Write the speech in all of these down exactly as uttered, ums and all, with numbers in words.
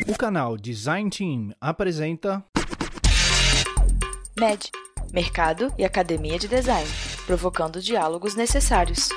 O canal Design Team apresenta M E D, Mercado e Academia de Design, provocando diálogos necessários.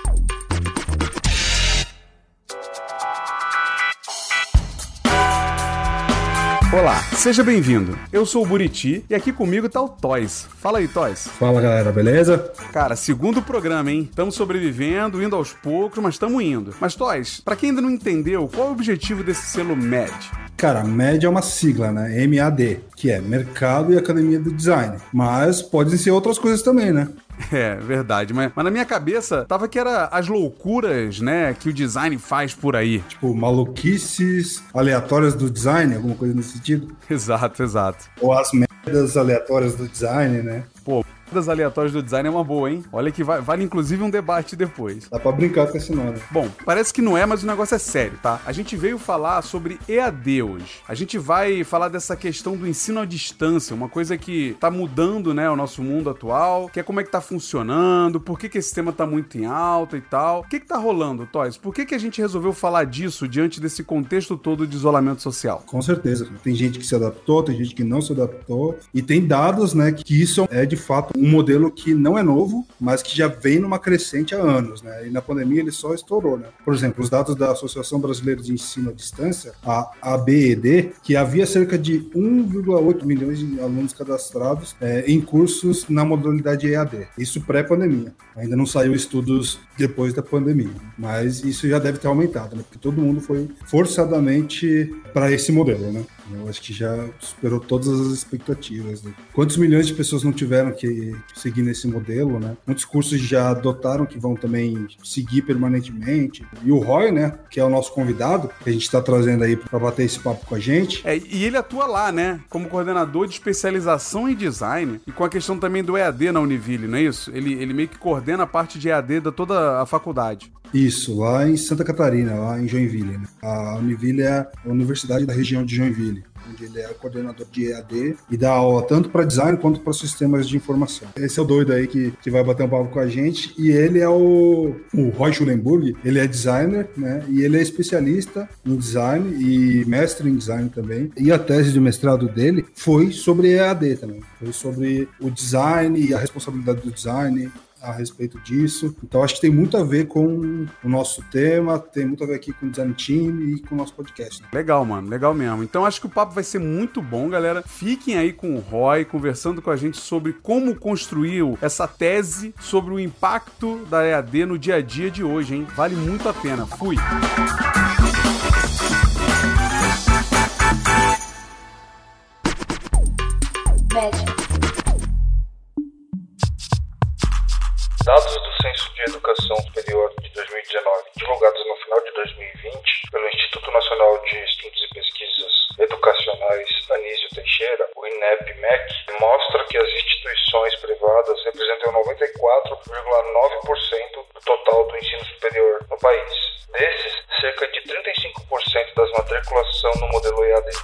Olá, seja bem-vindo. Eu sou o Buriti e aqui comigo tá o Toys. Fala aí, Toys. Fala, galera, beleza? Cara, segundo programa, hein? Estamos sobrevivendo, indo aos poucos, mas estamos indo. Mas, Toys, pra quem ainda não entendeu, qual é o objetivo desse selo M E D? Cara, M E D é uma sigla, né? M A D, que é Mercado e Academia do Design. Mas podem ser outras coisas também, né? É, verdade, mas, mas na minha cabeça tava que era as loucuras, né, que o design faz por aí. Tipo, maluquices aleatórias do design, alguma coisa nesse sentido. Exato, exato. Ou as merdas aleatórias do design, né? Pô, das aleatórias do design é uma boa, hein? Olha que vai, vale inclusive um debate depois. Dá pra brincar com esse nome. Bom, parece que não é, mas o negócio é sério, tá? A gente veio falar sobre E A D hoje. A gente vai falar dessa questão do ensino à distância, uma coisa que tá mudando, né, o nosso mundo atual, que é como é que tá funcionando, por que que esse tema tá muito em alta e tal. O que que tá rolando, Toys? Por que que a gente resolveu falar disso diante desse contexto todo de isolamento social? Com certeza. Tem gente que se adaptou, tem gente que não se adaptou, e tem dados, né, que isso é de fato um modelo que não é novo, mas que já vem numa crescente há anos, né? E na pandemia ele só estourou, né? Por exemplo, os dados da Associação Brasileira de Ensino à Distância, a A B E D, que havia cerca de um vírgula oito milhões de alunos cadastrados é, em cursos na modalidade E A D. Isso pré-pandemia. Ainda não saiu estudos depois da pandemia, mas isso já deve ter aumentado, né? Porque todo mundo foi forçadamente para esse modelo, né? Eu acho que já superou todas as expectativas, né? Quantos milhões de pessoas não tiveram que seguir nesse modelo, né? Muitos cursos já adotaram que vão também seguir permanentemente. E o Roy, né, que é o nosso convidado, que a gente está trazendo aí para bater esse papo com a gente. É, e ele atua lá, né, como coordenador de especialização em design e com a questão também do E A D na Univille, não é isso? Ele, ele meio que coordena a parte de E A D da toda a faculdade. Isso, lá em Santa Catarina, lá em Joinville, né? A Univille é a universidade da região de Joinville, onde ele é coordenador de E A D e dá aula tanto para design quanto para sistemas de informação. Esse é o doido aí que, que vai bater um papo com a gente, e ele é o, o Roy Schulenburg, ele é designer, né? E ele é especialista em design e mestre em design também. E a tese de mestrado dele foi sobre E A D também, foi sobre o design e a responsabilidade do design a respeito disso. Então acho que tem muito a ver com o nosso tema, tem muito a ver aqui com o Design Team e com o nosso podcast, né? Legal, mano, legal mesmo. Então acho que o papo vai ser muito bom, galera. Fiquem aí com o Roy, conversando com a gente sobre como construiu essa tese sobre o impacto da E A D no dia a dia de hoje, hein? Vale muito a pena. Fui! M E D. Dados do Censo de Educação Superior de dois mil e dezenove, divulgados no final de dois mil e vinte pelo Instituto Nacional de Estudos e Pesquisas Educacionais Anísio Teixeira, o INEP-M E C, mostra que as instituições privadas representam noventa e quatro vírgula nove por cento do total do ensino superior no país. Desses, cerca de trinta e cinco por cento das matrículas são no modelo E A D.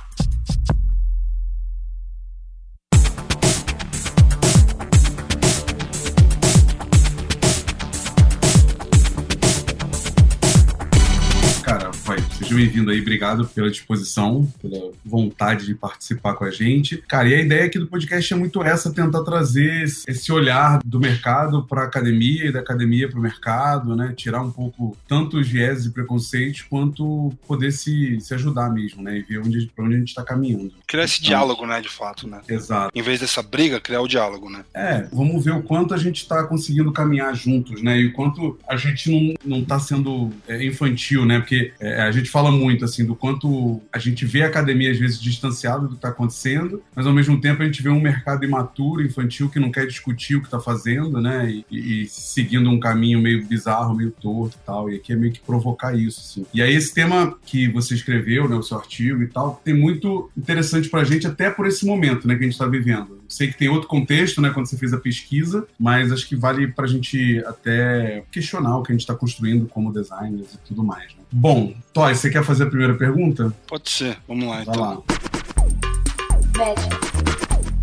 Seja bem-vindo aí, obrigado pela disposição, pela vontade de participar com a gente. Cara, e a ideia aqui do podcast é muito essa, tentar trazer esse olhar do mercado para a academia e da academia para o mercado, né? Tirar um pouco tanto os vieses e preconceitos, quanto poder se, se ajudar mesmo, né? E ver onde, para onde a gente está caminhando. Criar esse então, diálogo, né, de fato, né? Exato. Em vez dessa briga, criar o diálogo, né? É, vamos ver o quanto a gente está conseguindo caminhar juntos, né? E o quanto a gente não, não tá sendo é, infantil, né? Porque é, a gente fala muito, assim, do quanto a gente vê a academia, às vezes, distanciada do que está acontecendo, mas, ao mesmo tempo, a gente vê um mercado imaturo, infantil, que não quer discutir o que está fazendo, né? E, e, e seguindo um caminho meio bizarro, meio torto e tal. E aqui é meio que provocar isso, assim. E aí, esse tema que você escreveu, né? O seu artigo e tal, tem muito interessante pra gente, até por esse momento, né? Que a gente está vivendo. Sei que tem outro contexto, né? Quando você fez a pesquisa, mas acho que vale pra gente até questionar o que a gente está construindo como designers e tudo mais, né? Bom, Toy, você quer fazer a primeira pergunta? Pode ser, vamos lá, Vai então. lá. M E D.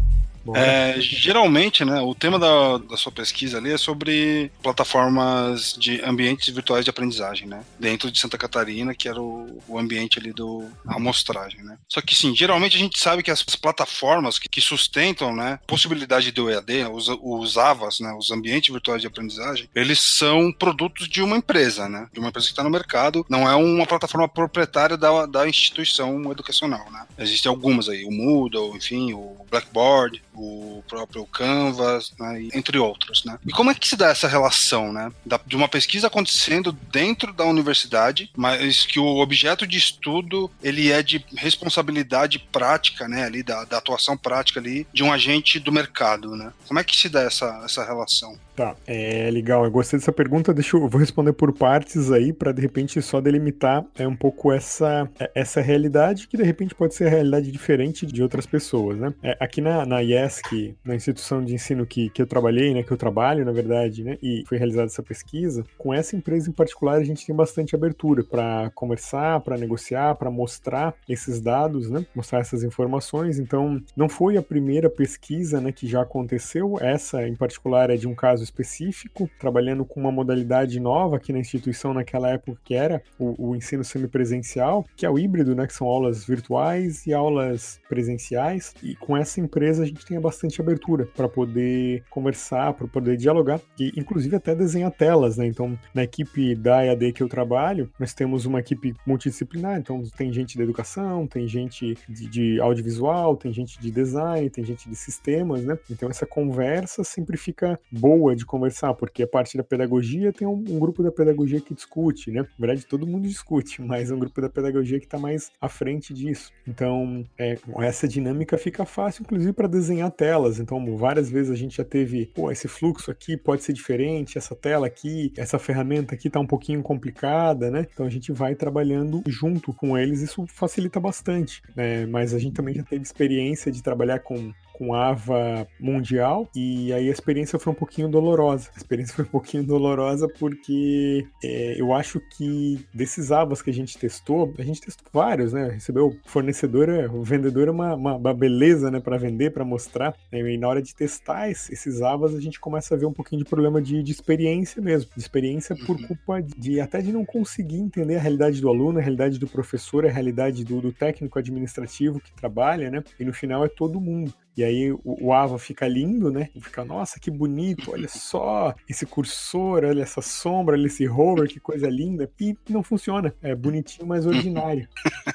É, geralmente, né, o tema da, da sua pesquisa ali é sobre plataformas de ambientes virtuais de aprendizagem, né, dentro de Santa Catarina, que era o, o ambiente ali do amostragem, né. Só que, sim, geralmente a gente sabe que as plataformas que, que sustentam, né, possibilidade do E A D, os, os A V As, né, os ambientes virtuais de aprendizagem, eles são produtos de uma empresa, né, de uma empresa que está no mercado, não é uma plataforma proprietária da, da instituição educacional, né. Existem algumas aí, o Moodle, enfim, o Blackboard, o próprio Canvas, né, entre outros, né. E como é que se dá essa relação, né, da, de uma pesquisa acontecendo dentro da universidade, mas que o objeto de estudo, ele é de responsabilidade prática, né, ali da, da atuação prática ali de um agente do mercado, né. Como é que se dá essa, essa relação? Tá, é legal, eu gostei dessa pergunta, deixa eu, eu vou responder por partes aí, para de repente só delimitar é, um pouco essa, essa realidade, que de repente pode ser a realidade diferente de outras pessoas, né? É, aqui na, na I E S C, na instituição de ensino que, que eu trabalhei, né, que eu trabalho, na verdade, né, e foi realizada essa pesquisa, com essa empresa em particular a gente tem bastante abertura para conversar, para negociar, para mostrar esses dados, né, mostrar essas informações, então não foi a primeira pesquisa, né, que já aconteceu, essa em particular é de um caso específico, trabalhando com uma modalidade nova aqui na instituição naquela época, que era o, o ensino semipresencial, que é o híbrido, né, que são aulas virtuais e aulas presenciais, e com essa empresa a gente tem bastante abertura para poder conversar, para poder dialogar, e inclusive até desenhar telas, né, então na equipe da E A D que eu trabalho, nós temos uma equipe multidisciplinar, então tem gente de educação, tem gente de, de audiovisual, tem gente de design, tem gente de sistemas, né, então essa conversa sempre fica boa de conversar, porque a parte da pedagogia tem um, um grupo da pedagogia que discute, né? Na verdade, todo mundo discute, mas é um grupo da pedagogia que está mais à frente disso. Então, é, essa dinâmica fica fácil, inclusive, para desenhar telas. Então, várias vezes a gente já teve, pô, esse fluxo aqui pode ser diferente, essa tela aqui, essa ferramenta aqui está um pouquinho complicada, né? Então, a gente vai trabalhando junto com eles, isso facilita bastante, né? Mas a gente também já teve experiência de trabalhar com com A V A mundial, e aí a experiência foi um pouquinho dolorosa. A experiência foi um pouquinho dolorosa porque é, eu acho que desses A V As que a gente testou, a gente testou vários, né? Recebeu fornecedor, o vendedor é uma, uma, uma beleza, né, para vender, para mostrar, né? E na hora de testar esses A V As, a gente começa a ver um pouquinho de problema de, de experiência mesmo, de experiência por culpa de até de não conseguir entender a realidade do aluno, a realidade do professor, a realidade do, do técnico administrativo que trabalha, né? E no final é todo mundo. E aí o, o A V A fica lindo, né? Fica, nossa, que bonito, olha só esse cursor, olha essa sombra, olha esse hover, que coisa linda. E não funciona, é bonitinho, mas ordinário.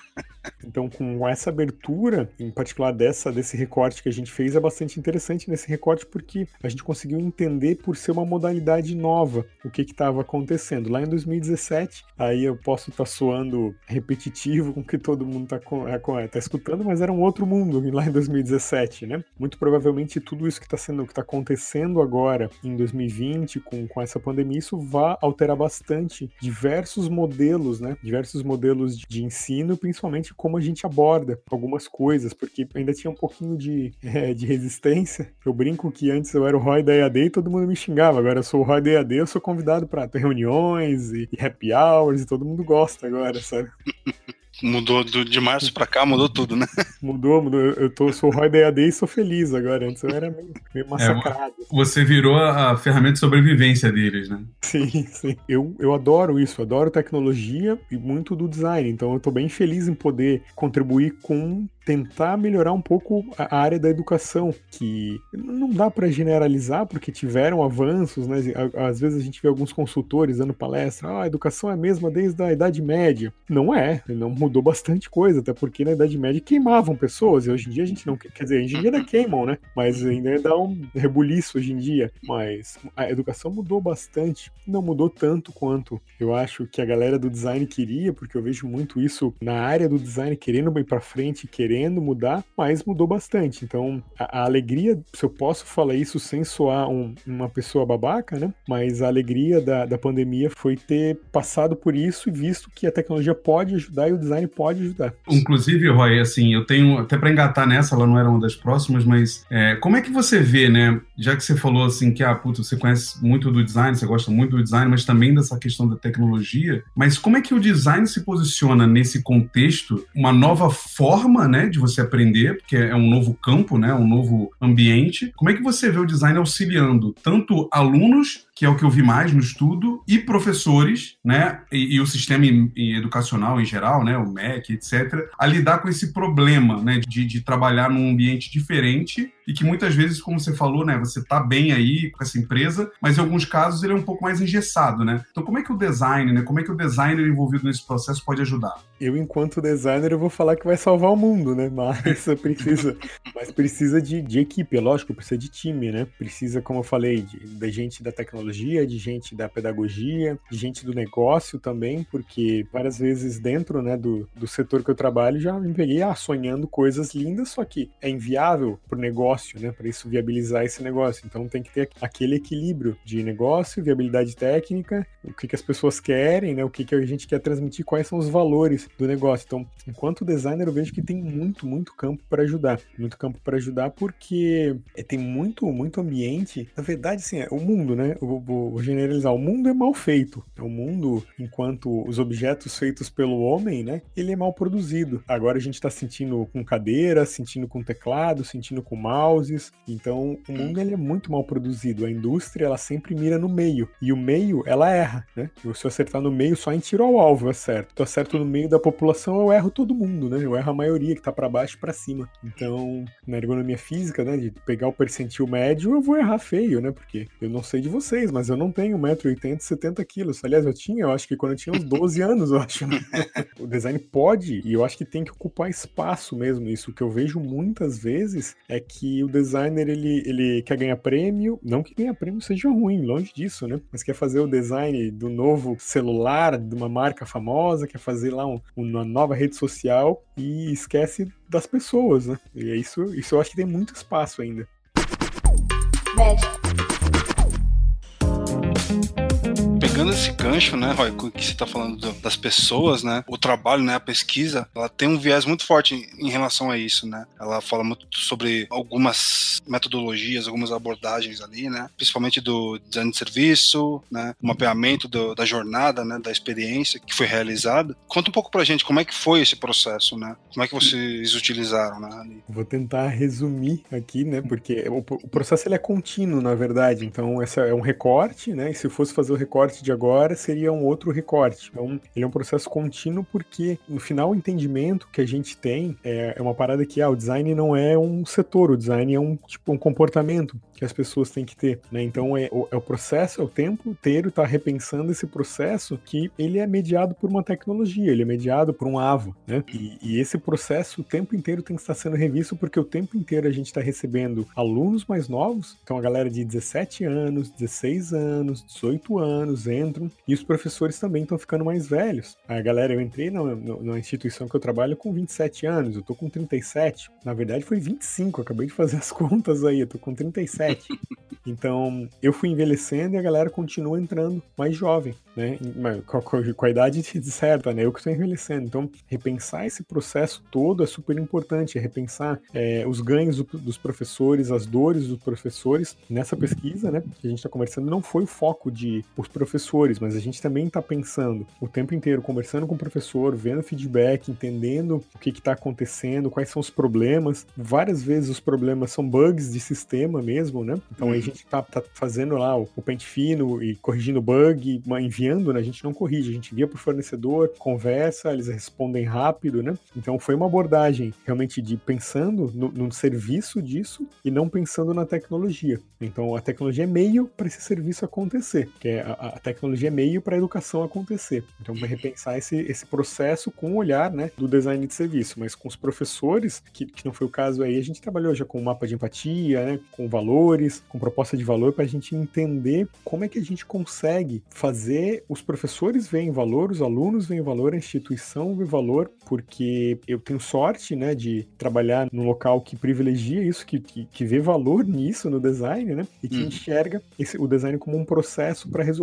Então, com essa abertura, em particular dessa, desse recorte que a gente fez, é bastante interessante nesse recorte porque a gente conseguiu entender, por ser uma modalidade nova, o que estava acontecendo. Lá em dois mil e dezessete, aí eu posso estar tá soando repetitivo com o que todo mundo está é, tá escutando, mas era um outro mundo lá em dois mil e dezessete, né? Muito provavelmente tudo isso que está sendo, que está acontecendo agora em dois mil e vinte, com, com essa pandemia, isso vai alterar bastante diversos modelos, né? Diversos modelos de, de ensino, principalmente como a gente aborda algumas coisas, porque ainda tinha um pouquinho de, é, de resistência. Eu brinco que antes eu era o Roy da E A D e todo mundo me xingava, agora eu sou o Roy da E A D, eu sou convidado para reuniões e, e happy hours e todo mundo gosta agora, sabe? Mudou do, de março pra cá, mudou tudo, né? Mudou, mudou. Eu tô, sou o Roy da E A D e sou feliz agora. Antes eu era meio, meio massacrado. É, você virou a ferramenta de sobrevivência deles, né? Sim, sim. Eu, eu adoro isso, adoro tecnologia e muito do design. Então eu tô bem feliz em poder contribuir com tentar melhorar um pouco a área da educação, que não dá para generalizar, porque tiveram avanços, né? Às vezes a gente vê alguns consultores dando palestra, ah, a educação é a mesma desde a Idade Média. Não é, não mudou bastante coisa, até porque na Idade Média queimavam pessoas, e hoje em dia a gente não, quer dizer, hoje em dia ainda queimam, né? Mas ainda dá um rebuliço hoje em dia, mas a educação mudou bastante, não mudou tanto quanto eu acho que a galera do design queria, porque eu vejo muito isso na área do design, querendo ir para frente, querendo mudar, mas mudou bastante. Então, a, a alegria, se eu posso falar isso sem soar um, uma pessoa babaca, né? Mas a alegria da, da pandemia foi ter passado por isso e visto que a tecnologia pode ajudar e o design pode ajudar. Inclusive, Roy, assim, eu tenho, até para engatar nessa, ela não era uma das próximas, mas é, como é que você vê, né, já que você falou assim que, ah, puta, você conhece muito do design, você gosta muito do design, mas também dessa questão da tecnologia, mas como é que o design se posiciona nesse contexto? Uma nova forma, né, de você aprender, porque é um novo campo, né, um novo ambiente. Como é que você vê o design auxiliando tanto alunos, que é o que eu vi mais no estudo, e professores, né, e, e o sistema em, em educacional em geral, né, o M E C, etcétera, a lidar com esse problema, né, de, de trabalhar num ambiente diferente e que muitas vezes, como você falou, né, você tá bem aí com essa empresa, mas em alguns casos ele é um pouco mais engessado, né? Então como é que o design, né, como é que o designer envolvido nesse processo pode ajudar? Eu, enquanto designer, eu vou falar que vai salvar o mundo, né? Mas precisa, mas precisa de, de equipe, é lógico, precisa de time, né? Precisa, como eu falei, de, de gente da tecnologia, de gente da pedagogia, de gente do negócio também, porque várias vezes dentro, né, do, do setor que eu trabalho, já me peguei ah, sonhando coisas lindas, só que é inviável pro negócio, né? Para isso viabilizar esse negócio. Então tem que ter aquele equilíbrio de negócio, viabilidade técnica, o que, que as pessoas querem, né? O que, que a gente quer transmitir, quais são os valores do negócio. Então, enquanto designer, eu vejo que tem muito, muito campo para ajudar. Muito campo para ajudar porque é, tem muito, muito ambiente. Na verdade, assim, é, o mundo, né? Eu vou, vou generalizar. O mundo é mal feito. O mundo, enquanto os objetos feitos pelo homem, né? Ele é mal produzido. Agora a gente está sentindo com cadeira, sentindo com teclado, sentindo com mouses. Então, o mundo ele é muito mal produzido. A indústria, ela sempre mira no meio. E o meio, ela erra, né? Se eu acertar no meio, só em tiro ao alvo eu acerto. Se eu acerto no meio da população, eu erro todo mundo, né? Eu erro a maioria que tá pra baixo e pra cima. Então, na ergonomia física, né, de pegar o percentil médio, eu vou errar feio, né? Porque eu não sei de vocês, mas eu não tenho um metro e oitenta e setenta quilos. Aliás, eu tinha, eu acho que quando eu tinha uns doze anos, eu acho. O design pode, e eu acho que tem que ocupar espaço mesmo. Isso, o que eu vejo muitas vezes é que o designer, ele, ele quer ganhar prêmio, não que ganhar prêmio seja ruim, longe disso, né? Mas quer fazer o design do novo celular, de uma marca famosa, quer fazer lá um, uma nova rede social e esquece das pessoas, né? E é isso, isso eu acho que tem muito espaço ainda. Médico. Pegando esse gancho, né, Roy, que você está falando do, das pessoas, né, o trabalho, né, a pesquisa, ela tem um viés muito forte em, em relação a isso, né, ela fala muito sobre algumas metodologias, algumas abordagens ali, né, principalmente do design de serviço, né, o mapeamento do, da jornada, né, da experiência que foi realizada. Conta um pouco pra gente como é que foi esse processo, né, como é que vocês utilizaram, né, ali. Vou tentar resumir aqui, né, porque o, o processo ele é contínuo, na verdade, então esse é um recorte, né, e se fosse fazer o recorte de agora, seria um outro recorte. Então, ele é um processo contínuo porque, no final, o entendimento que a gente tem é, é uma parada que, ah, o design não é um setor, o design é um, tipo, um comportamento que as pessoas têm que ter, né? Então, é o, é o processo, é o tempo inteiro tá repensando esse processo que ele é mediado por uma tecnologia, ele é mediado por um avo, né? E, e esse processo, o tempo inteiro tem que estar sendo revisto porque o tempo inteiro a gente está recebendo alunos mais novos, então a galera de dezessete anos, dezesseis anos, dezoito anos, entram, e os professores também estão ficando mais velhos. A galera, eu entrei na, na instituição que eu trabalho com vinte e sete anos, eu tô com trinta e sete, na verdade foi vinte e cinco, eu acabei de fazer as contas aí, eu tô com trinta e sete. Então, eu fui envelhecendo e a galera continua entrando mais jovem, né? Com a, com a idade certa, né? Eu que estou envelhecendo. Então, repensar esse processo todo é super importante, é repensar é, os ganhos do, dos professores, as dores dos professores. Nessa pesquisa, né, que a gente está conversando, não foi o foco de os professores, mas a gente também está pensando o tempo inteiro, conversando com o professor, vendo feedback, entendendo o que está acontecendo, quais são os problemas. Várias vezes os problemas são bugs de sistema mesmo, né? Então, aí a gente tá, tá fazendo lá o, o pente fino e corrigindo bug, enviando, né? A gente não corrige, a gente envia pro fornecedor, conversa, eles respondem rápido, né? Então foi uma abordagem realmente de pensando no, no serviço disso e não pensando na tecnologia. Então a tecnologia é meio para esse serviço acontecer, que é a, a tecnologia é meio para a educação acontecer. Então vai repensar esse, esse processo com o olhar, né, do design de serviço, mas com os professores, que, que não foi o caso aí, a gente trabalhou já com mapa de empatia, né, com valores, com proposta de valor, para a gente entender como é que a gente consegue fazer os professores verem valor, os alunos veem valor, a instituição vê valor, porque eu tenho sorte, né, de trabalhar num local que privilegia isso, que, que, que vê valor nisso no design, né, e que hum. enxerga esse, o design como um processo para resolver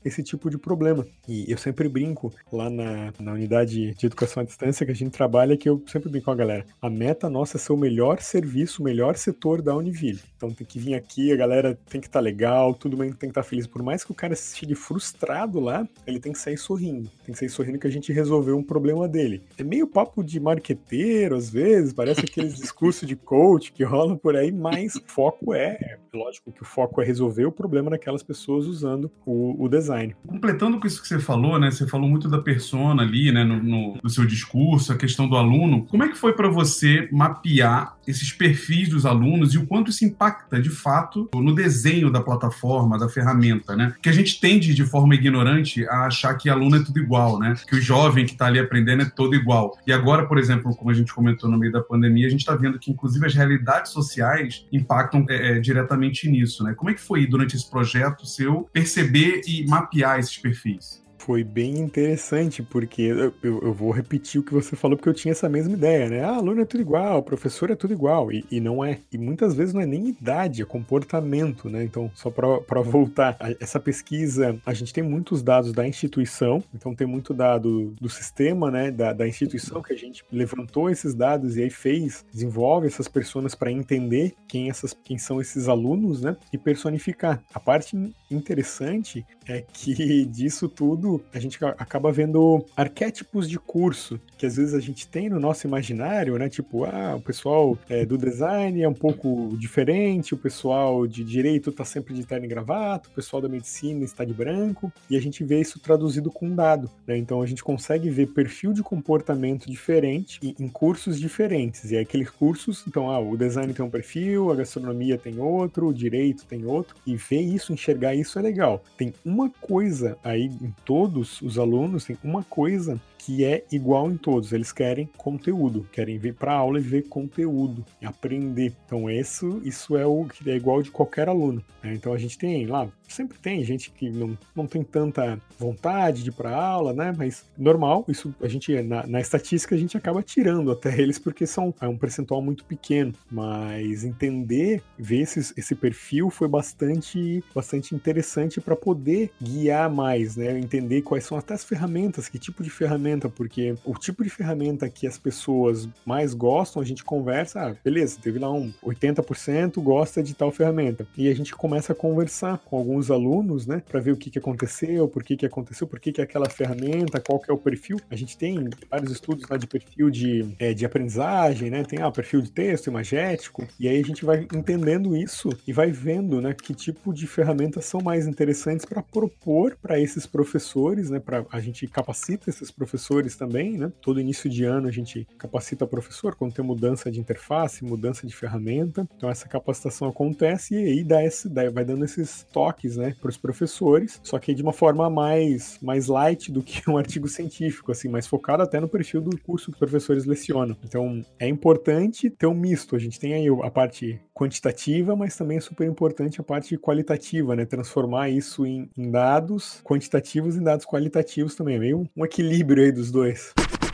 esse tipo de problema. E eu sempre brinco lá na, na unidade de educação à distância que a gente trabalha, que eu sempre brinco com a galera. A meta nossa é ser o melhor serviço, o melhor setor da Univille. Então tem que vir aqui, a galera tem que estar tá legal, todo mundo tem que estar tá feliz. Por mais que o cara chegue frustrado lá, ele tem que sair sorrindo. Tem que sair sorrindo que a gente resolveu um problema dele. É meio papo de marqueteiro, às vezes, parece aqueles discursos de coach que rolam por aí, mas o foco é, lógico que o foco é resolver o problema daquelas pessoas usando o, o design. Completando com isso que você falou, né? Você falou muito da persona ali, né? No, no, no seu discurso, a questão do aluno. Como é que foi para você mapear esses perfis dos alunos e o quanto isso impacta, de fato, no desenho da plataforma, da ferramenta, né? Porque a gente tende, de forma ignorante, a achar que aluno é tudo igual, né? Que o jovem que está ali aprendendo é todo igual. E agora, por exemplo, como a gente comentou no meio da pandemia, a gente está vendo que, inclusive, as realidades sociais impactam é, é, diretamente nisso, né? Como é que foi, durante esse projeto seu, perceber e mapear esses perfis? Foi bem interessante, porque eu, eu, eu vou repetir o que você falou, porque eu tinha essa mesma ideia, né? Ah, aluno é tudo igual, professor é tudo igual, e, e não é. E muitas vezes não é nem idade, é comportamento, né? Então, só para voltar, a, essa pesquisa, a gente tem muitos dados da instituição, então tem muito dado do sistema, né? Da, da instituição, que a gente levantou esses dados e aí fez, desenvolve essas pessoas para entender quem, essas, quem são esses alunos, né? E personificar. A parte interessante é que disso tudo a gente acaba vendo arquétipos de curso que às vezes a gente tem no nosso imaginário, né? Tipo, ah, o pessoal é, do design é um pouco diferente, o pessoal de direito tá sempre de terno e gravata, o pessoal da medicina está de branco, e a gente vê isso traduzido com dado, né? Então a gente consegue ver perfil de comportamento diferente em, em cursos diferentes, e aí aqueles cursos, então, ah, o design tem um perfil, a gastronomia tem outro, o direito tem outro, e ver isso, enxergar isso é legal. Tem uma coisa aí em todos os alunos, tem uma coisa que é igual em todos, eles querem conteúdo, querem vir para a aula e ver conteúdo, e aprender. Então isso, isso é o que é igual de qualquer aluno, né? Então a gente tem lá, sempre tem gente que não, não tem tanta vontade de ir para a aula, né? Mas normal, isso a gente, na, na estatística a gente acaba tirando até eles, porque são, é um percentual muito pequeno, mas entender, ver esses, esse perfil foi bastante, bastante interessante para poder guiar mais, né? Entender quais são até as ferramentas, que tipo de ferramenta, porque o tipo de ferramenta que as pessoas mais gostam, a gente conversa, ah, beleza, teve lá um oitenta por cento gosta de tal ferramenta, e a gente começa a conversar com alguns alunos, né, para ver o que que aconteceu, por que que aconteceu, por que que é aquela ferramenta, qual que é o perfil. A gente tem vários estudos lá de perfil de, é, de aprendizagem, né, tem ah, perfil de texto, imagético, e aí a gente vai entendendo isso e vai vendo, né, que tipo de ferramentas são mais interessantes para propor para esses professores, né, para a gente capacita esses professores também, né? Todo início de ano a gente capacita professor quando tem mudança de interface, mudança de ferramenta. Então essa capacitação acontece e aí dá esse, dá, vai dando esses toques, né, para os professores, só que de uma forma mais, mais light do que um artigo científico, assim, mais focado até no perfil do curso que os professores lecionam. Então é importante ter um misto. A gente tem aí a parte quantitativa, mas também é super importante a parte qualitativa, né? Transformar isso em, em dados quantitativos e dados qualitativos também. É meio um equilíbrio aí dos dois.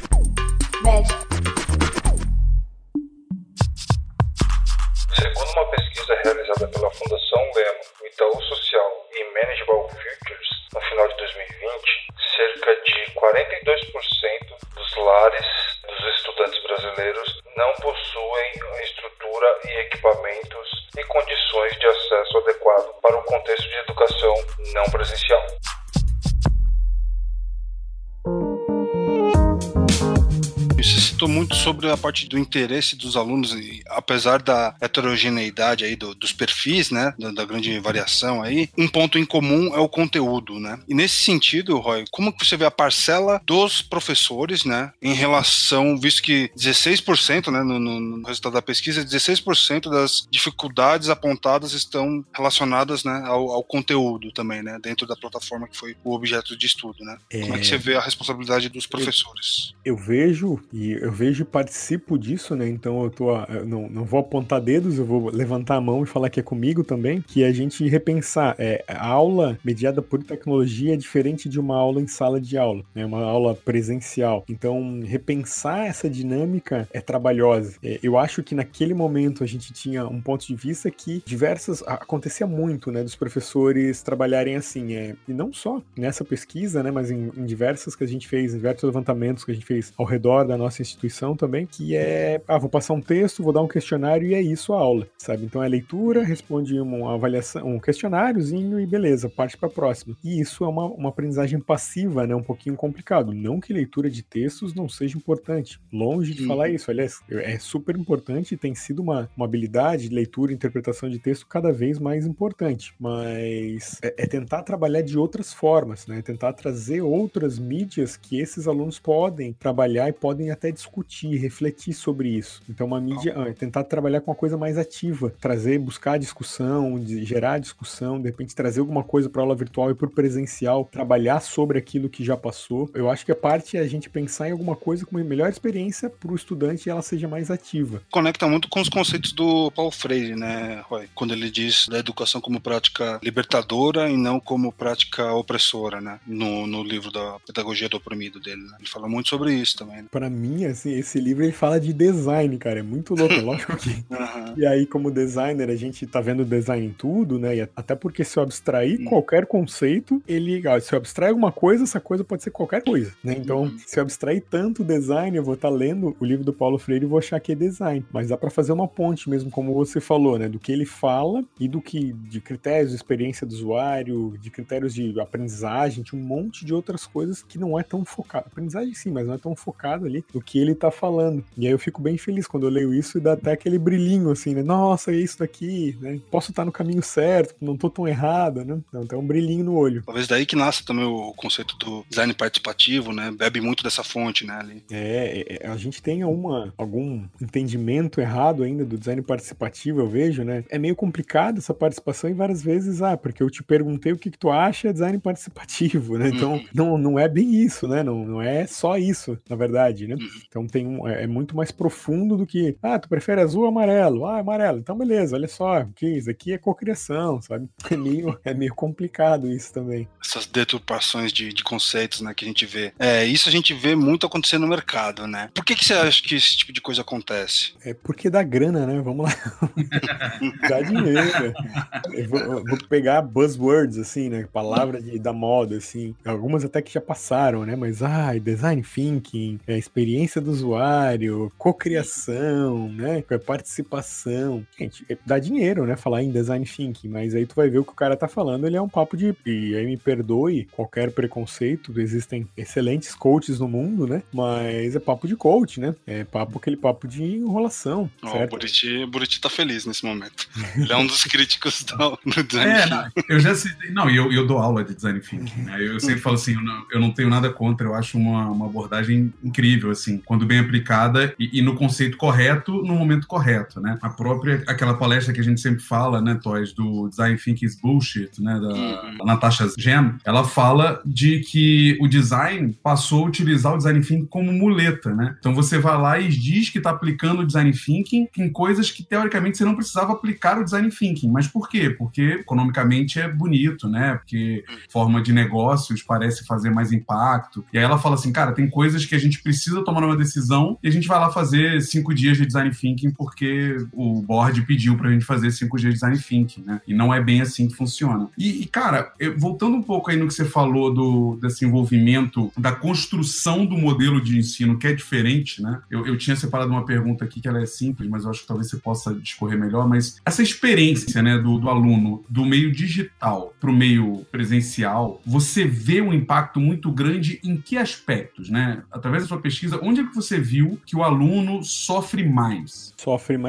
Médio. Segundo uma pesquisa realizada pela Fundação Lemo, o Itaú Social e Manageable Futures, no final de dois mil e vinte, cerca de quarenta e dois por cento dos lares dos estudantes brasileiros não possuem estrutura e equipamentos e condições de acesso adequado para o contexto de educação não presencial. Você citou muito sobre a parte do interesse dos alunos, e, apesar da heterogeneidade aí do, dos perfis, né, da, da grande variação aí, um ponto em comum é o conteúdo, né? E nesse sentido, Roy, como que você vê a parcela dos professores, né, em relação, visto que dezesseis por cento, né, no, no resultado da pesquisa, dezesseis por cento das dificuldades apontadas estão relacionadas, né, ao, ao conteúdo também, né, dentro da plataforma que foi o objeto de estudo, né? É... Como é que você vê a responsabilidade dos professores? Eu, eu vejo E eu vejo hoje participo disso, né? Então eu tô, eu não, não vou apontar dedos, eu vou levantar a mão e falar que é comigo também, que é a gente repensar. É, a aula mediada por tecnologia é diferente de uma aula em sala de aula, né? Uma aula presencial. Então, repensar essa dinâmica é trabalhosa. É, eu acho que naquele momento a gente tinha um ponto de vista que diversas... Acontecia muito, né? Dos professores trabalharem assim. É, e não só nessa pesquisa, né? Mas em, em diversas que a gente fez, em diversos levantamentos que a gente fez ao redor da nossa instituição também, que é, ah, vou passar um texto, vou dar um questionário e é isso a aula, sabe? Então é leitura, responde uma avaliação, um questionáriozinho e beleza, parte para a próxima. E isso é uma, uma aprendizagem passiva, né? Um pouquinho complicado. Não que leitura de textos não seja importante. Longe de Sim. falar isso. Aliás, é super importante e tem sido uma, uma habilidade de leitura e interpretação de texto cada vez mais importante. Mas é, é tentar trabalhar de outras formas, né? Tentar trazer outras mídias que esses alunos podem trabalhar e podem até discutir, refletir sobre isso. Então, uma mídia, ah, tentar trabalhar com uma coisa mais ativa, trazer, buscar discussão, de, gerar discussão, de repente trazer alguma coisa para aula virtual e para o presencial, trabalhar sobre aquilo que já passou. Eu acho que a parte é a gente pensar em alguma coisa com uma melhor experiência para o estudante e ela seja mais ativa. Conecta muito com os conceitos do Paulo Freire, né, Roy? Quando ele diz da educação como prática libertadora e não como prática opressora, né? No, no livro da Pedagogia do Oprimido dele, né? Ele fala muito sobre isso também, né? Para mim, assim, esse livro ele fala de design, cara, é muito louco, é lógico que... Uhum. E aí, como designer, a gente tá vendo design em tudo, né? E até porque se eu abstrair uhum. qualquer conceito, ele... Se eu abstrair alguma coisa, essa coisa pode ser qualquer coisa, né? Então, uhum. se eu abstrair tanto design, eu vou estar tá lendo o livro do Paulo Freire e vou achar que é design. Mas dá para fazer uma ponte mesmo, como você falou, né? Do que ele fala e do que... De critérios de experiência do usuário, de critérios de aprendizagem, de um monte de outras coisas que não é tão focado. Aprendizagem sim, mas não é tão focado ali no que ele tá falando. E aí eu fico bem feliz quando eu leio isso e dá até aquele brilhinho, assim, né? Nossa, é isso daqui, né? Posso estar no caminho certo, não tô tão errado, né? Então tem um brilhinho no olho. Talvez daí que nasce também o conceito do design participativo, né? Bebe muito dessa fonte, né? Ali. É, é, a gente tem uma, algum entendimento errado ainda do design participativo, eu vejo, né? É meio complicado essa participação e várias vezes, ah, porque eu te perguntei o que, que tu acha é design participativo, né? Então, uhum. não, não é bem isso, né? Não, não é só isso, na verdade, né? Uhum. Então tem um, é, é muito mais profundo do que, ah, tu prefere azul ou amarelo? Ah, amarelo. Então beleza, olha só, que isso aqui é cocriação, sabe? É meio, é meio complicado isso também. Essas deturpações de, de conceitos, né, que a gente vê. É, isso a gente vê muito acontecer no mercado, né? Por que que você acha que esse tipo de coisa acontece? É porque dá grana, né? Vamos lá. Dá dinheiro. Eu vou, eu vou pegar buzzwords, assim, né? Palavra de, da moda, assim. Algumas até que já passaram, né? Mas, ah, design thinking, é, experiência do usuário, cocriação, né? Participação. Gente, dá dinheiro, né? Falar em design thinking, mas aí tu vai ver o que o cara tá falando, ele é um papo de... E aí me perdoe qualquer preconceito, existem excelentes coaches no mundo, né? Mas é papo de coach, né? É papo, aquele papo de enrolação, oh, certo? O Buriti, Buriti tá feliz nesse momento. Ele é um dos críticos do, do design é, thinking. Não, eu já citei... Não, e eu, eu dou aula de design thinking, né? Eu sempre falo assim, eu não, eu não tenho nada contra, eu acho uma, uma abordagem incrível, assim, quando bem aplicada e, e no conceito correto, no momento correto, né? A própria, aquela palestra que a gente sempre fala, né, Toys, do Design Thinking is Bullshit, né, da, uhum. da Natasha Gem, ela fala de que o design passou a utilizar o design thinking como muleta, né? Então você vai lá e diz que está aplicando o design thinking em coisas que, teoricamente, você não precisava aplicar o design thinking. Mas por quê? Porque economicamente é bonito, né? Porque forma de negócios parece fazer mais impacto. E aí ela fala assim, cara, tem coisas que a gente precisa tomar uma decisão e a gente vai lá fazer cinco dias de design thinking porque o board pediu pra gente fazer cinco dias de design thinking, né? E não é bem assim que funciona. E, e cara, eu, voltando um pouco aí no que você falou do, desse envolvimento da construção do modelo de ensino, que é diferente, né? Eu, eu tinha separado uma pergunta aqui que ela é simples, mas eu acho que talvez você possa discorrer melhor, mas essa experiência, né, do, do aluno do meio digital pro meio presencial, você vê um impacto muito grande em que aspectos, né? Através da sua pesquisa, onde é que você viu que o aluno sofre mais? Sofre mais com a, in-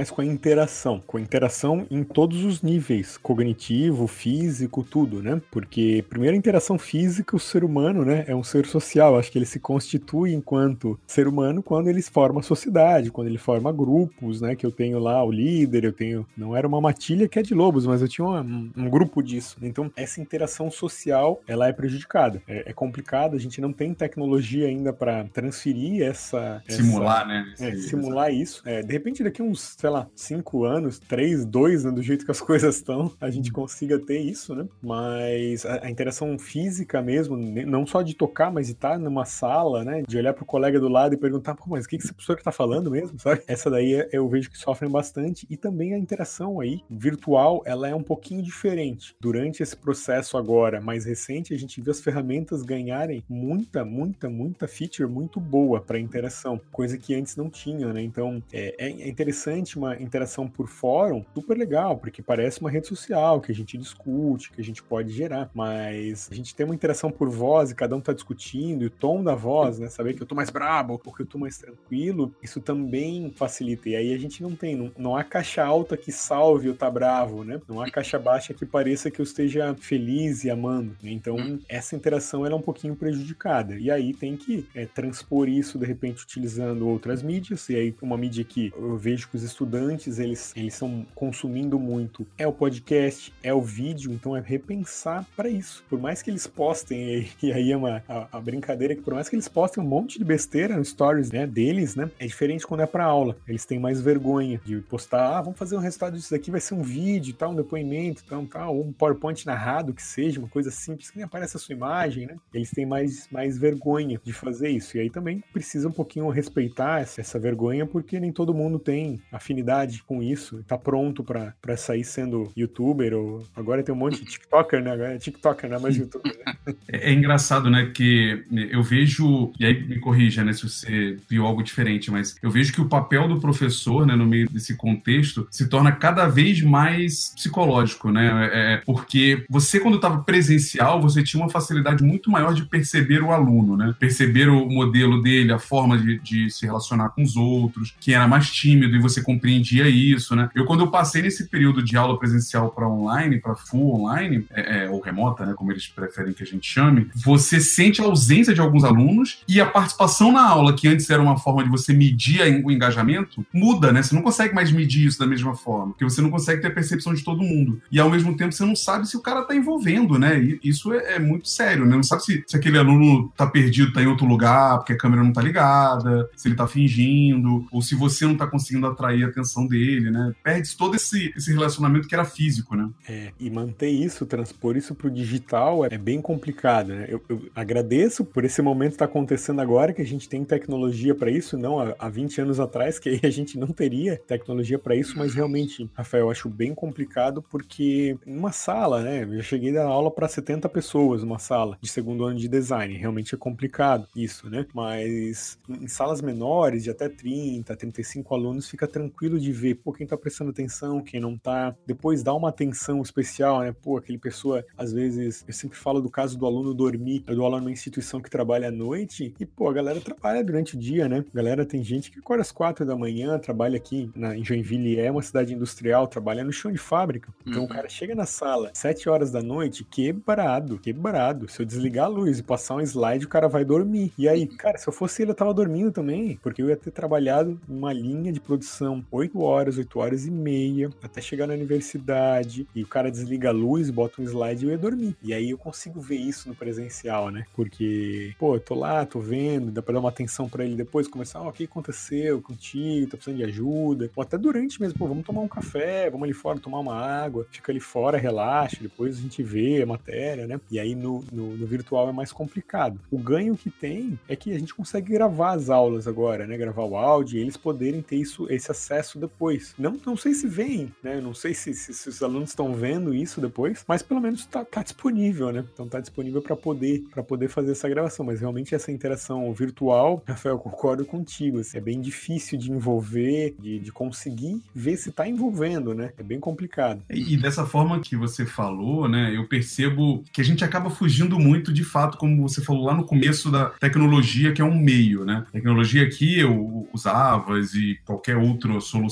interação, com interação em todos os níveis, cognitivo, físico, tudo, né? Porque primeiro a interação física, o ser humano, né, é um ser social, acho que ele se constitui enquanto ser humano quando ele forma sociedade, quando ele forma grupos, né, que eu tenho lá o líder, eu tenho, não era uma matilha que é de lobos, mas eu tinha um, um grupo disso, então essa interação social, ela é prejudicada, é, é complicado, a gente não tem tecnologia ainda para transferir essa... Simular, essa, né? É, simular isso, é, de repente daqui uns, sei lá, cinco anos, três, dois, né, do jeito que as coisas estão, a gente consiga ter isso, né, mas a, a interação física mesmo, não só de tocar, mas de estar numa sala, né, de olhar pro colega do lado e perguntar, pô, mas o que que esse professor tá falando mesmo, sabe? Essa daí eu vejo que sofrem bastante, e também a interação aí, virtual, ela é um pouquinho diferente. Durante esse processo agora, mais recente, a gente viu as ferramentas ganharem muita, muita, muita feature muito boa para interação, coisa que antes não tinha, né, então é, é interessante uma interação por fórum, super legal, porque parece uma rede social, que a gente discute, que a gente pode gerar, mas a gente tem uma interação por voz e cada um tá discutindo, e o tom da voz, né, saber que eu tô mais brabo ou que eu tô mais tranquilo, isso também facilita, e aí a gente não tem, não, não há caixa alta que salve eu tá bravo, né, não há caixa baixa que pareça que eu esteja feliz e amando, né? Então essa interação ela é um pouquinho prejudicada, e aí tem que é, transpor isso de repente utilizando outras mídias, e aí uma mídia que eu vejo que os estudantes eles, eles estão consumindo muito é o podcast, é o vídeo, então é repensar para isso, por mais que eles postem, e aí é uma a, a brincadeira que por mais que eles postem um monte de besteira no stories, né, deles, né, é diferente quando é para aula, eles têm mais vergonha de postar, ah, vamos fazer um resultado disso daqui, vai ser um vídeo, tal, um depoimento, tal, tal, ou um PowerPoint narrado que seja, uma coisa simples, que nem aparece a sua imagem, né, eles têm mais, mais vergonha de fazer isso, e aí também precisa um pouquinho respeitar essa, essa vergonha, porque nem todo mundo tem afinidade com isso, tá pronto pra, pra sair sendo youtuber, ou agora tem um monte de tiktoker, né, agora é tiktoker, não é mais youtuber, né? É, é engraçado, né, que eu vejo, e aí me corrija, né, se você viu algo diferente, mas eu vejo que o papel do professor, né, no meio desse contexto, se torna cada vez mais psicológico, né, é, porque você, quando estava presencial, você tinha uma facilidade muito maior de perceber o aluno, né, perceber o modelo dele, a forma de, de se relacionar com os outros, que era mais tímido e você compreendia isso, né. Eu, quando eu passei nesse período de aula presencial para online, para full online, é, é, ou remota, né, como eles preferem que a gente chame, você sente a ausência de alguns alunos e a participação na aula, que antes era uma forma de você medir o engajamento, muda, né? Você não consegue mais medir isso da mesma forma, porque você não consegue ter a percepção de todo mundo. E, ao mesmo tempo, você não sabe se o cara tá envolvendo, né? E isso é, é muito sério, né? Não sabe se, se aquele aluno tá perdido, tá em outro lugar, porque a câmera não tá ligada, se ele tá fingindo, ou se você não tá conseguindo atrair a atenção dele, né? Perde todo esse, esse relacionamento que era físico, né? É, e manter isso, transpor isso pro digital é bem complicado, né? Eu, eu agradeço por esse momento estar acontecendo agora, que a gente tem tecnologia para isso, não há, há vinte anos atrás, que aí a gente não teria tecnologia para isso, mas realmente, Rafael, eu acho bem complicado, porque numa sala, né? Eu cheguei a dar aula para setenta pessoas numa sala de segundo ano de design, realmente é complicado isso, né? Mas em salas menores, de até trinta, trinta e cinco alunos, fica tranquilo de ver, pô, quem tá prestando atenção, quem não tá, depois dá uma atenção especial, né? Pô, aquele pessoa, às vezes, eu sempre falo do caso do aluno dormir, eu dou aula numa instituição que trabalha à noite, e pô, a galera trabalha durante o dia, né? A galera tem gente que acorda às quatro da manhã, trabalha aqui na, em Joinville, é uma cidade industrial, trabalha no chão de fábrica, então uhum. O cara chega na sala, sete horas da noite, quebrado, quebrado, se eu desligar a luz e passar um slide, o cara vai dormir, e aí, cara, se eu fosse ele, eu tava dormindo também, porque eu ia ter trabalhado numa linha de produção oito horas, oito horas e meia, até chegar na universidade, e o cara desliga a luz, bota um slide e eu ia dormir, e aí eu consigo ver isso no presencial, né, porque, pô, eu tô lá, tô vendo, dá pra dar uma atenção pra ele depois, começar, ó, oh, o que aconteceu contigo, tá precisando de ajuda, ou até durante mesmo, pô, vamos tomar um café, vamos ali fora tomar uma água, fica ali fora, relaxa, depois a gente vê a matéria, né, e aí no, no, no virtual é mais complicado. O ganho que tem é que a gente consegue gravar as aulas agora, né, gravar o áudio e eles poderem ter isso, esse acesso depois. Não, não sei se vem, né, não sei se, se, se os alunos estão vendo isso depois, mas pelo menos tá, tá disponível, né, então tá disponível para poder, para poder fazer essa gravação, mas realmente essa interação virtual, Rafael, concordo contigo, assim, é bem difícil de envolver, de, de conseguir ver se tá envolvendo, né, é bem complicado. E, e dessa forma que você falou, né, eu percebo que a gente acaba fugindo muito, de fato, como você falou lá no começo, da tecnologia, que é um meio, né, tecnologia que eu usava e qualquer outra solução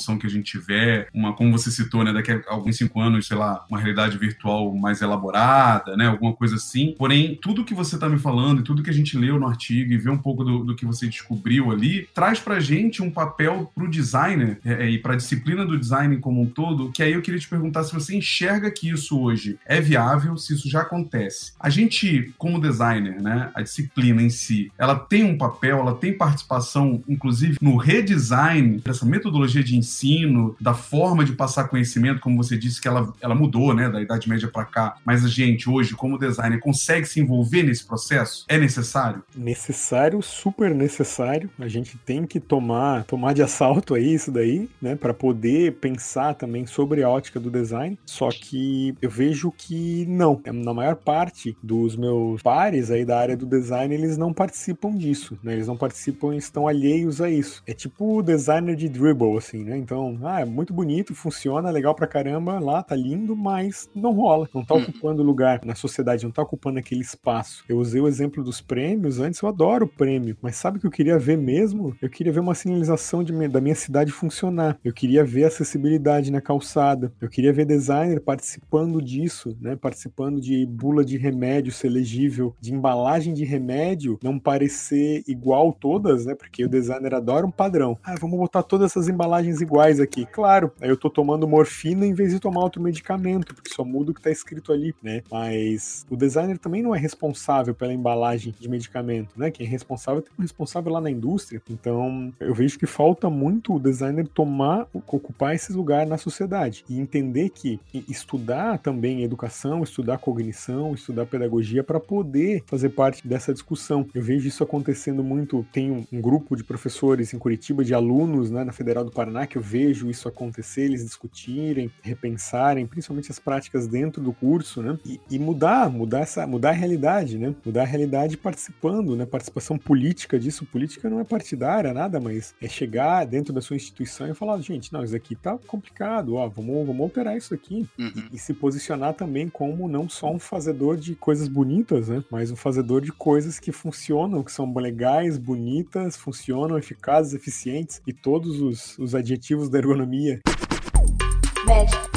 evolução que a gente tiver, uma, como você citou, né, daqui a alguns cinco anos, sei lá, uma realidade virtual mais elaborada, né, alguma coisa assim. Porém, tudo que você está me falando e tudo que a gente leu no artigo e vê um pouco do, do que você descobriu ali, traz pra gente um papel pro designer é, e pra disciplina do design como um todo, que aí eu queria te perguntar se você enxerga que isso hoje é viável, se isso já acontece. A gente, como designer, né, a disciplina em si, ela tem um papel, ela tem participação, inclusive, no redesign dessa metodologia de ensino, da forma de passar conhecimento, como você disse que ela, ela mudou, né, da Idade Média pra cá, mas a gente hoje, como designer, consegue se envolver nesse processo? É necessário? Necessário, super necessário. A gente tem que tomar, tomar de assalto aí isso daí, né, para poder pensar também sobre a ótica do design. Só que eu vejo que não. Na maior parte dos meus pares aí da área do design, eles não participam disso, né? Eles não participam e estão alheios a isso. É tipo o designer de dribble, assim, né? Então, ah, é muito bonito, funciona, legal pra caramba, lá tá lindo, mas não rola. Não tá ocupando lugar na sociedade, não tá ocupando aquele espaço. Eu usei o exemplo dos prêmios antes, eu adoro o prêmio, mas sabe o que eu queria ver mesmo? Eu queria ver uma sinalização de, da minha cidade funcionar. Eu queria ver acessibilidade na calçada. Eu queria ver designer participando disso, né? Participando de bula de remédio ser legível, de embalagem de remédio não parecer igual todas, né? Porque o designer adora um padrão. Ah, vamos botar todas essas embalagens iguais aqui. Claro, aí eu tô tomando morfina em vez de tomar outro medicamento, porque só muda o que tá escrito ali, né? Mas o designer também não é responsável pela embalagem de medicamento, né? Quem é responsável tem um responsável lá na indústria. Então, eu vejo que falta muito o designer tomar, ocupar esse lugar na sociedade e entender que estudar também educação, estudar cognição, estudar pedagogia para poder fazer parte dessa discussão. Eu vejo isso acontecendo muito. Tem um, um grupo de professores em Curitiba, de alunos, né, na Federal do Paraná, que eu vejo isso acontecer, eles discutirem, repensarem, principalmente as práticas dentro do curso, né, e, e mudar, mudar essa, mudar a realidade, né, mudar a realidade participando, né, participação política disso. Política não é partidária, nada, mas é chegar dentro da sua instituição e falar, gente, não, isso aqui tá complicado, ó, vamos, vamos alterar isso aqui. Uhum. E, e se posicionar também como não só um fazedor de coisas bonitas, né, mas um fazedor de coisas que funcionam, que são legais, bonitas, funcionam, eficazes, eficientes e todos os, os adjetivos da ergonomia. Médico.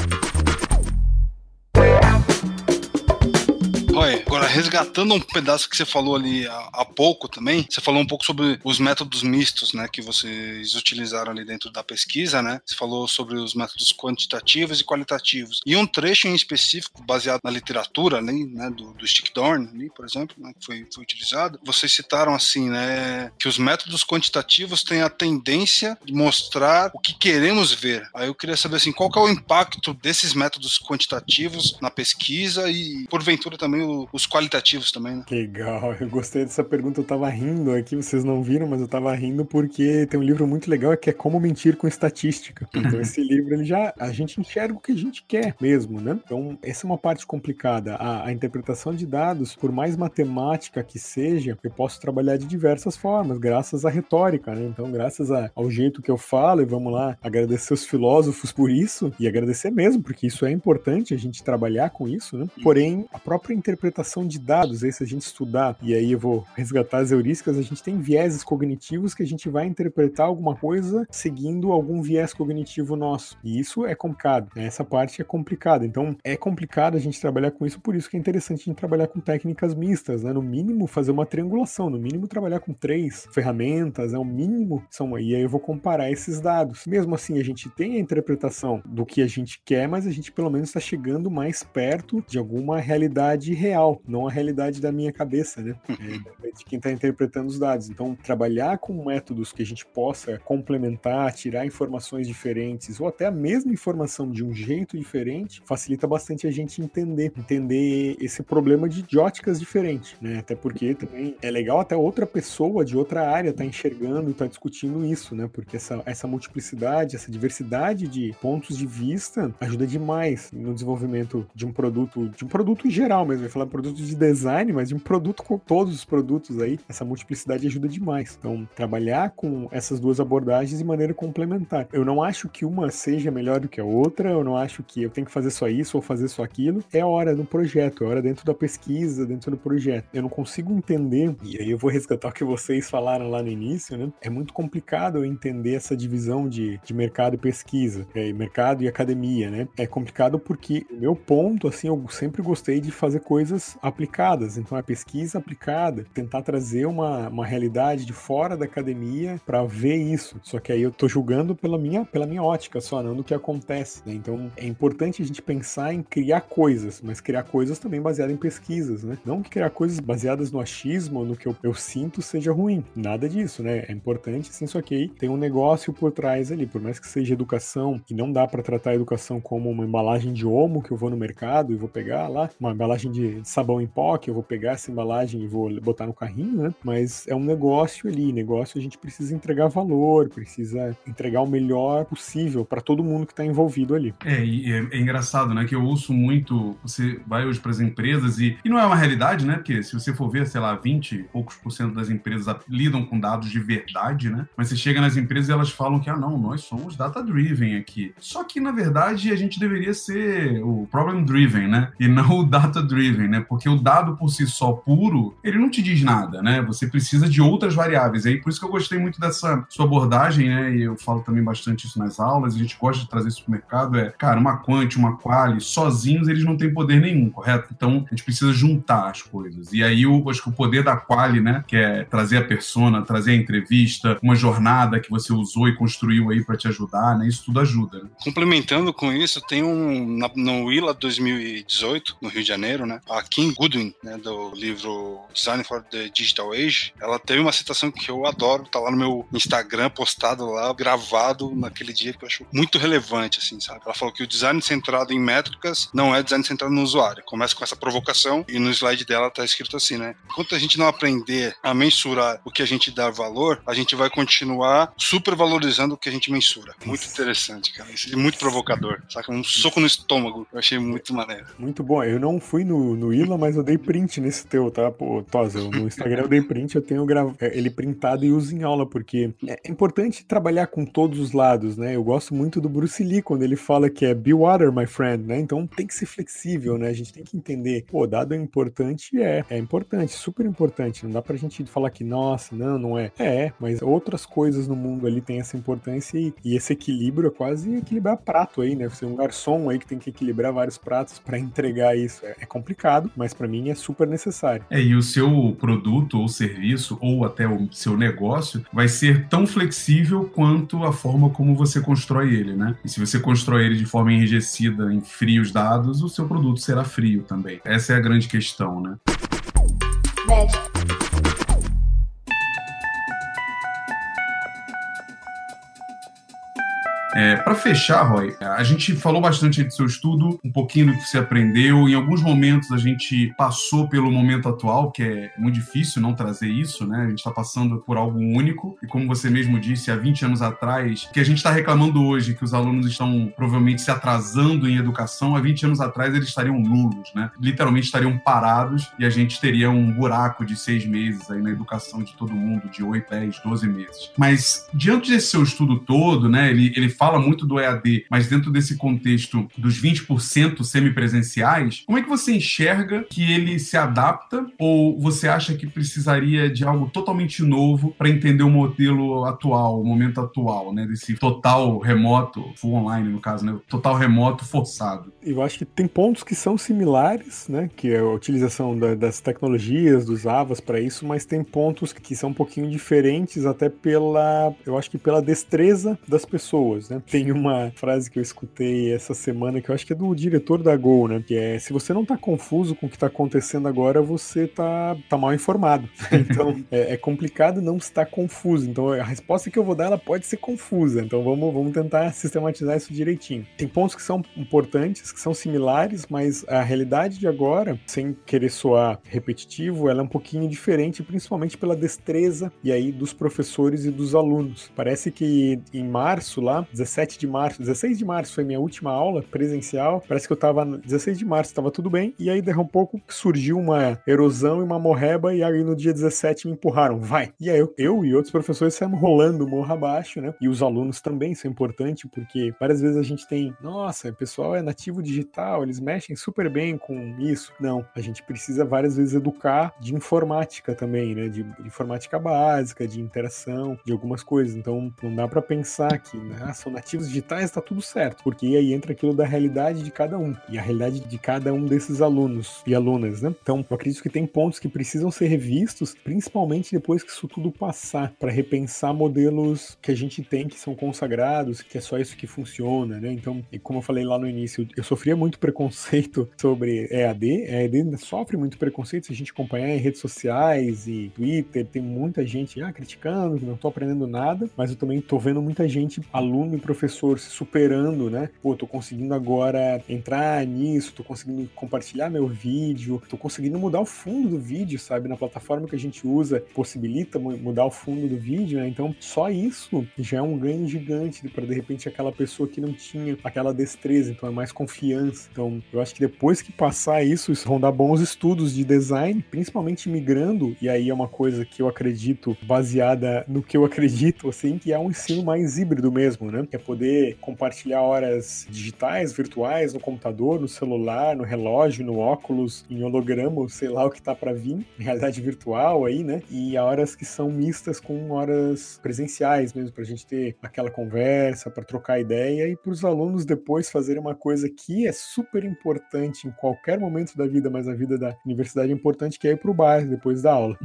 Roy, agora resgatando um pedaço que você falou ali há, há pouco também, você falou um pouco sobre os métodos mistos, né, que vocês utilizaram ali dentro da pesquisa, né? Você falou sobre os métodos quantitativos e qualitativos. E um trecho em específico, baseado na literatura ali, né, do, do Stickdorn, ali, por exemplo, né, que foi, foi utilizado, vocês citaram assim, né, que os métodos quantitativos têm a tendência de mostrar o que queremos ver. Aí eu queria saber assim, qual que é o impacto desses métodos quantitativos na pesquisa e, porventura, também os qualitativos também, né? Legal, eu gostei dessa pergunta, eu tava rindo aqui, vocês não viram, mas eu tava rindo porque tem um livro muito legal que é Como Mentir com Estatística. Então esse livro, ele já, a gente enxerga o que a gente quer mesmo, né? Então essa é uma parte complicada. A, a interpretação de dados, por mais matemática que seja, eu posso trabalhar de diversas formas, graças à retórica, né? Então graças a, ao jeito que eu falo, e vamos lá, agradecer os filósofos por isso, e agradecer mesmo, porque isso é importante, a gente trabalhar com isso, né? Porém, a própria interpretação de dados, aí se a gente estudar, e aí eu vou resgatar as heurísticas, a gente tem vieses cognitivos que a gente vai interpretar alguma coisa seguindo algum viés cognitivo nosso, e isso é complicado, né? Essa parte é complicada, então é complicado a gente trabalhar com isso, por isso que é interessante a gente trabalhar com técnicas mistas, né? No mínimo fazer uma triangulação, no mínimo trabalhar com três ferramentas, é né? O mínimo, são aí, aí eu vou comparar esses dados. Mesmo assim, a gente tem a interpretação do que a gente quer, mas a gente pelo menos está chegando mais perto de alguma realidade real, não a realidade da minha cabeça, né? É, de quem está interpretando os dados. Então, trabalhar com métodos que a gente possa complementar, tirar informações diferentes, ou até a mesma informação de um jeito diferente, facilita bastante a gente entender, entender esse problema de óticas diferentes, né? Até porque também é legal até outra pessoa de outra área estar tá enxergando e estar tá discutindo isso, né? Porque essa, essa multiplicidade, essa diversidade de pontos de vista ajuda demais no desenvolvimento de um produto, de um produto em geral mesmo. Eu ia falar produtos produto de design, mas de um produto com todos os produtos aí, essa multiplicidade ajuda demais. Então, trabalhar com essas duas abordagens de maneira complementar. Eu não acho que uma seja melhor do que a outra, eu não acho que eu tenho que fazer só isso ou fazer só aquilo. É a hora do projeto, é a hora dentro da pesquisa, dentro do projeto. Eu não consigo entender, e aí eu vou resgatar o que vocês falaram lá no início, né? É muito complicado eu entender essa divisão de, de mercado e pesquisa, é, mercado e academia, né? É complicado porque o meu ponto, assim, eu sempre gostei de fazer coisas aplicadas. Então, a pesquisa aplicada, tentar trazer uma, uma realidade de fora da academia para ver isso. Só que aí eu tô julgando pela minha, pela minha ótica só, não do que acontece, né? Então, é importante a gente pensar em criar coisas, mas criar coisas também baseadas em pesquisas, né? Não que criar coisas baseadas no achismo ou no que eu, eu sinto seja ruim. Nada disso, né? É importante, sim, só que aí tem um negócio por trás ali, por mais que seja educação, e não dá para tratar a educação como uma embalagem de Omo que eu vou no mercado e vou pegar lá, uma embalagem de sabão em pó que eu vou pegar essa embalagem e vou botar no carrinho, né? Mas é um negócio ali, negócio a gente precisa entregar valor, precisa entregar o melhor possível para todo mundo que está envolvido ali. É, e é, é engraçado, né, que eu ouço muito, você vai hoje para as empresas e, e não é uma realidade, né, porque se você for ver, sei lá, vinte e poucos por cento das empresas lidam com dados de verdade, né, mas você chega nas empresas e elas falam que, ah, não, nós somos data-driven aqui. Só que, na verdade, a gente deveria ser o problem-driven, né, e não o data-driven, né, porque o dado por si só puro, ele não te diz nada, né, você precisa de outras variáveis. E aí, por isso que eu gostei muito dessa sua abordagem, né, e eu falo também bastante isso nas aulas, a gente gosta de trazer isso pro mercado, é, cara, uma quant, uma quali, sozinhos eles não têm poder nenhum, correto? Então, a gente precisa juntar as coisas. E aí, eu acho que o poder da quali, né, que é trazer a persona, trazer a entrevista, uma jornada que você usou e construiu aí para te ajudar, né, isso tudo ajuda. Né? Complementando com isso, tem um, na, no I L A dois mil e dezoito, no Rio de Janeiro, né, a Kim Goodwin, né, do livro Design for the Digital Age, ela teve uma citação que eu adoro, tá lá no meu Instagram, postado lá, gravado naquele dia, que eu acho muito relevante, assim, sabe? Ela falou que o design centrado em métricas não é design centrado no usuário. Começa com essa provocação e no slide dela tá escrito assim, né? Enquanto a gente não aprender a mensurar o que a gente dá valor, a gente vai continuar supervalorizando o que a gente mensura. Muito interessante, cara. Isso é muito provocador, saca? Um soco no estômago. Eu achei muito maneiro. Muito bom. Eu não fui no, no I L A, mas eu dei print nesse teu, tá? Pô, Tosa, no Instagram eu dei print, eu tenho gra... ele printado e uso em aula, porque é importante trabalhar com todos os lados, né? Eu gosto muito do Bruce Lee, quando ele fala que é be water, my friend, né? Então tem que ser flexível, né? A gente tem que entender, pô, dado é importante, é. É importante, super importante. Não dá pra gente falar que, nossa, não, não é. É, mas outras coisas no mundo ali têm essa importância e, e esse equilíbrio é quase equilibrar prato aí, né? Você é um garçom aí que tem que equilibrar vários pratos pra entregar isso. É, é complicado, mas pra mim é super necessário. É, e o seu produto ou serviço, ou até o seu negócio, vai ser tão flexível quanto a forma como você constrói ele, né? E se você constrói ele de forma enrijecida em frios dados, o seu produto será frio também. Essa é a grande questão, né? Médico. É, para fechar, Roy, a gente falou bastante do seu estudo, um pouquinho do que você aprendeu. Em alguns momentos a gente passou pelo momento atual, que é muito difícil não trazer isso, né? A gente está passando por algo único. E como você mesmo disse, há vinte anos atrás, que a gente está reclamando hoje, que os alunos estão provavelmente se atrasando em educação, há vinte anos atrás eles estariam nulos, né? Literalmente estariam parados e a gente teria um buraco de seis meses aí na educação de todo mundo, de oito, dez, doze meses. Mas diante desse seu estudo todo, né? Ele, ele fala muito do E A D, mas dentro desse contexto dos vinte por cento semipresenciais, como é que você enxerga que ele se adapta ou você acha que precisaria de algo totalmente novo para entender o modelo atual, o momento atual, né? Desse total remoto, full online no caso, né? Total remoto forçado. Eu acho que tem pontos que são similares, né? Que é a utilização da, das tecnologias, dos A V As para isso, mas tem pontos que são um pouquinho diferentes até pela, eu acho que pela destreza das pessoas, né? Tem uma frase que eu escutei essa semana que eu acho que é do diretor da Gol, né? Que é, se você não tá confuso com o que tá acontecendo agora, você tá, tá mal informado. Então, é, é complicado não estar confuso. Então, a resposta que eu vou dar, ela pode ser confusa. Então, vamos, vamos tentar sistematizar isso direitinho. Tem pontos que são importantes, que são similares, mas a realidade de agora, sem querer soar repetitivo, ela é um pouquinho diferente, principalmente pela destreza, e aí, dos professores e dos alunos. Parece que em março, lá, dezessete de março, dezesseis de março foi minha última aula presencial, parece que eu tava, dezesseis de março tava tudo bem, e aí daí um pouco surgiu uma erosão e uma morreba, e aí no dia dezessete me empurraram, vai! E aí eu, eu e outros professores saímos rolando morro abaixo, né? E os alunos também, isso é importante, porque várias vezes a gente tem, nossa, o pessoal é nativo digital, eles mexem super bem com isso. Não, a gente precisa várias vezes educar de informática também, né? De, de informática básica, de interação, de algumas coisas. Então, não dá pra pensar que, né, são nativos digitais, tá tudo certo, porque aí entra aquilo da realidade de cada um, e a realidade de cada um desses alunos e alunas, né? Então, eu acredito que tem pontos que precisam ser revistos, principalmente depois que isso tudo passar, para repensar modelos que a gente tem, que são consagrados, que é só isso que funciona, né? Então, e como eu falei lá no início, eu sofria muito preconceito sobre E A D, E A D ainda sofre muito preconceito, se a gente acompanhar em redes sociais e Twitter, tem muita gente ah, criticando, que não tô aprendendo nada, mas eu também tô vendo muita gente, aluno e professor, se superando, né? Pô, tô conseguindo agora entrar nisso, tô conseguindo compartilhar meu vídeo, tô conseguindo mudar o fundo do vídeo, sabe? Na plataforma que a gente usa, possibilita mudar o fundo do vídeo, né? Então, só isso já é um ganho gigante para, de repente, aquela pessoa que não tinha aquela destreza, então é mais confiança. Então, eu acho que depois que passar isso, isso vão dar bons estudos de design, principalmente migrando, e aí é uma coisa que eu acredito, baseada no que eu acredito, assim, que é um ensino mais híbrido mesmo, né? É poder compartilhar horas digitais, virtuais, no computador, no celular, no relógio, no óculos, em holograma, sei lá o que tá para vir, em realidade virtual aí, né? E horas que são mistas com horas presenciais mesmo, pra gente ter aquela conversa, para trocar ideia e pros alunos depois fazerem uma coisa que é super importante em qualquer momento da vida, mas a vida da universidade é importante, que é ir pro bar depois da aula.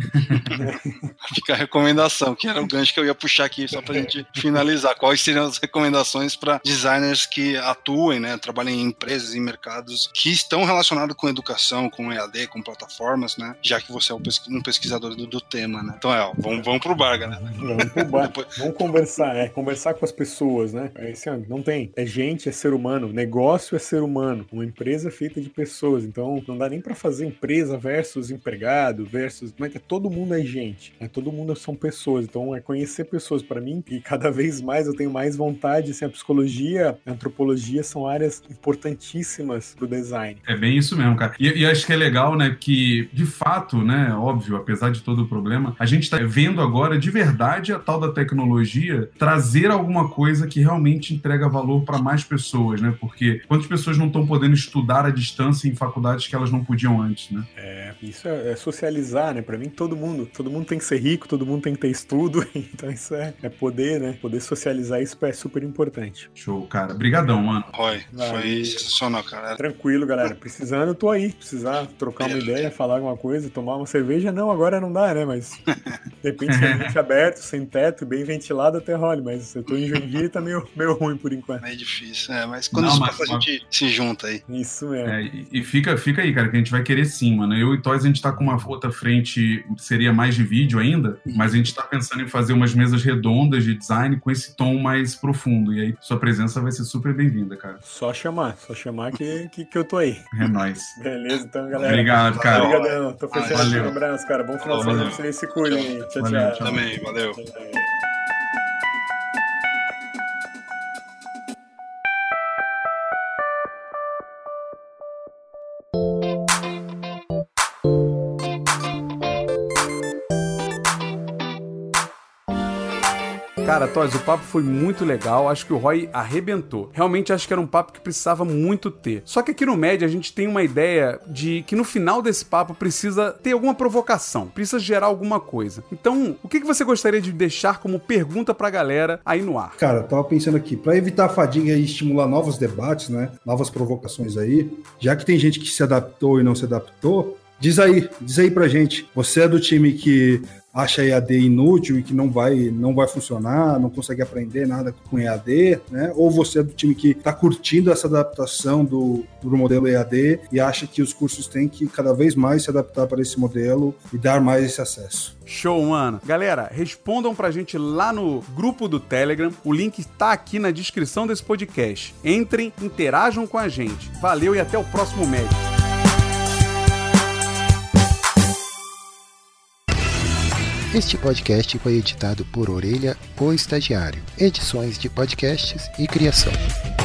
Fica a recomendação, que era o gancho que eu ia puxar aqui só pra gente finalizar. Quais seriam as recomendações para designers que atuem, né, trabalhem em empresas, em mercados que estão relacionados com educação, com E A D, com plataformas, né, já que você é um pesquisador do, do tema, né. Então é, ó, vamos, vamos pro bar, galera. Vamos pro bar. Depois... Vamos conversar, é, conversar com as pessoas, né. É, assim, não tem, é gente, é ser humano, negócio é ser humano, uma empresa é feita de pessoas, então não dá nem para fazer empresa versus empregado, versus, mas é, todo mundo é gente, né, todo mundo são pessoas, então é conhecer pessoas. Para mim, e cada vez mais eu tenho mais vontade, assim, a psicologia, a antropologia são áreas importantíssimas pro design. É bem isso mesmo, cara. E, e acho que é legal, né, que de fato, né, óbvio, apesar de todo o problema, a gente tá vendo agora de verdade a tal da tecnologia trazer alguma coisa que realmente entrega valor para mais pessoas, né, porque quantas pessoas não estão podendo estudar à distância em faculdades que elas não podiam antes, né? É, isso é, é socializar, né, para mim todo mundo, todo mundo tem que ser rico, todo mundo tem que ter estudo, então isso é, é poder, né, poder socializar, isso é super importante. Show, cara. Brigadão, mano. Roy, foi sensacional, cara. Tranquilo, galera. Precisando, eu tô aí. Precisar trocar uma ideia, falar alguma coisa, tomar uma cerveja, não, agora não dá, né, mas de repente sem ambiente aberto, sem teto, bem ventilado até rola, mas eu tô em Joinville e tá meio, meio ruim por enquanto. É difícil, é, mas quando não, isso mas, passa, a gente se junta aí. Isso mesmo. É, e e fica, fica aí, cara, que a gente vai querer sim, mano. Eu e Toys, a gente tá com uma outra frente, seria mais de vídeo ainda, mas a gente tá pensando em fazer umas mesas redondas de design com esse tom mais profundo. E aí sua presença vai ser super bem-vinda, cara. Só chamar, só chamar que, que, que eu tô aí. É nóis. Beleza, então, galera. Obrigado, cara. Obrigadão. Tô fechando aqui. Um abraço, cara. Bom final de semana pra vocês. Se cuidem. Tchau, Valeu, tchau. tchau. Também, valeu. Tchau, tchau. Cara, Toys, o papo foi muito legal, acho que o Roy arrebentou. Realmente acho que era um papo que precisava muito ter. Só que aqui no Média a gente tem uma ideia de que no final desse papo precisa ter alguma provocação, precisa gerar alguma coisa. Então, o que você gostaria de deixar como pergunta pra galera aí no ar? Cara, eu tava pensando aqui, para evitar a fadiga e estimular novos debates, né, novas provocações aí, já que tem gente que se adaptou e não se adaptou, diz aí, diz aí pra gente, você é do time que acha E A D inútil e que não vai, não vai funcionar, não consegue aprender nada com E A D, né? Ou você é do time que está curtindo essa adaptação do, do modelo E A D e acha que os cursos têm que cada vez mais se adaptar para esse modelo e dar mais esse acesso. Show, mano. Galera, respondam pra gente lá no grupo do Telegram. O link tá aqui na descrição desse podcast. Entrem, interajam com a gente. Valeu e até o próximo Médio. Este podcast foi editado por Orelha, o Estagiário. Edições de podcasts e criação.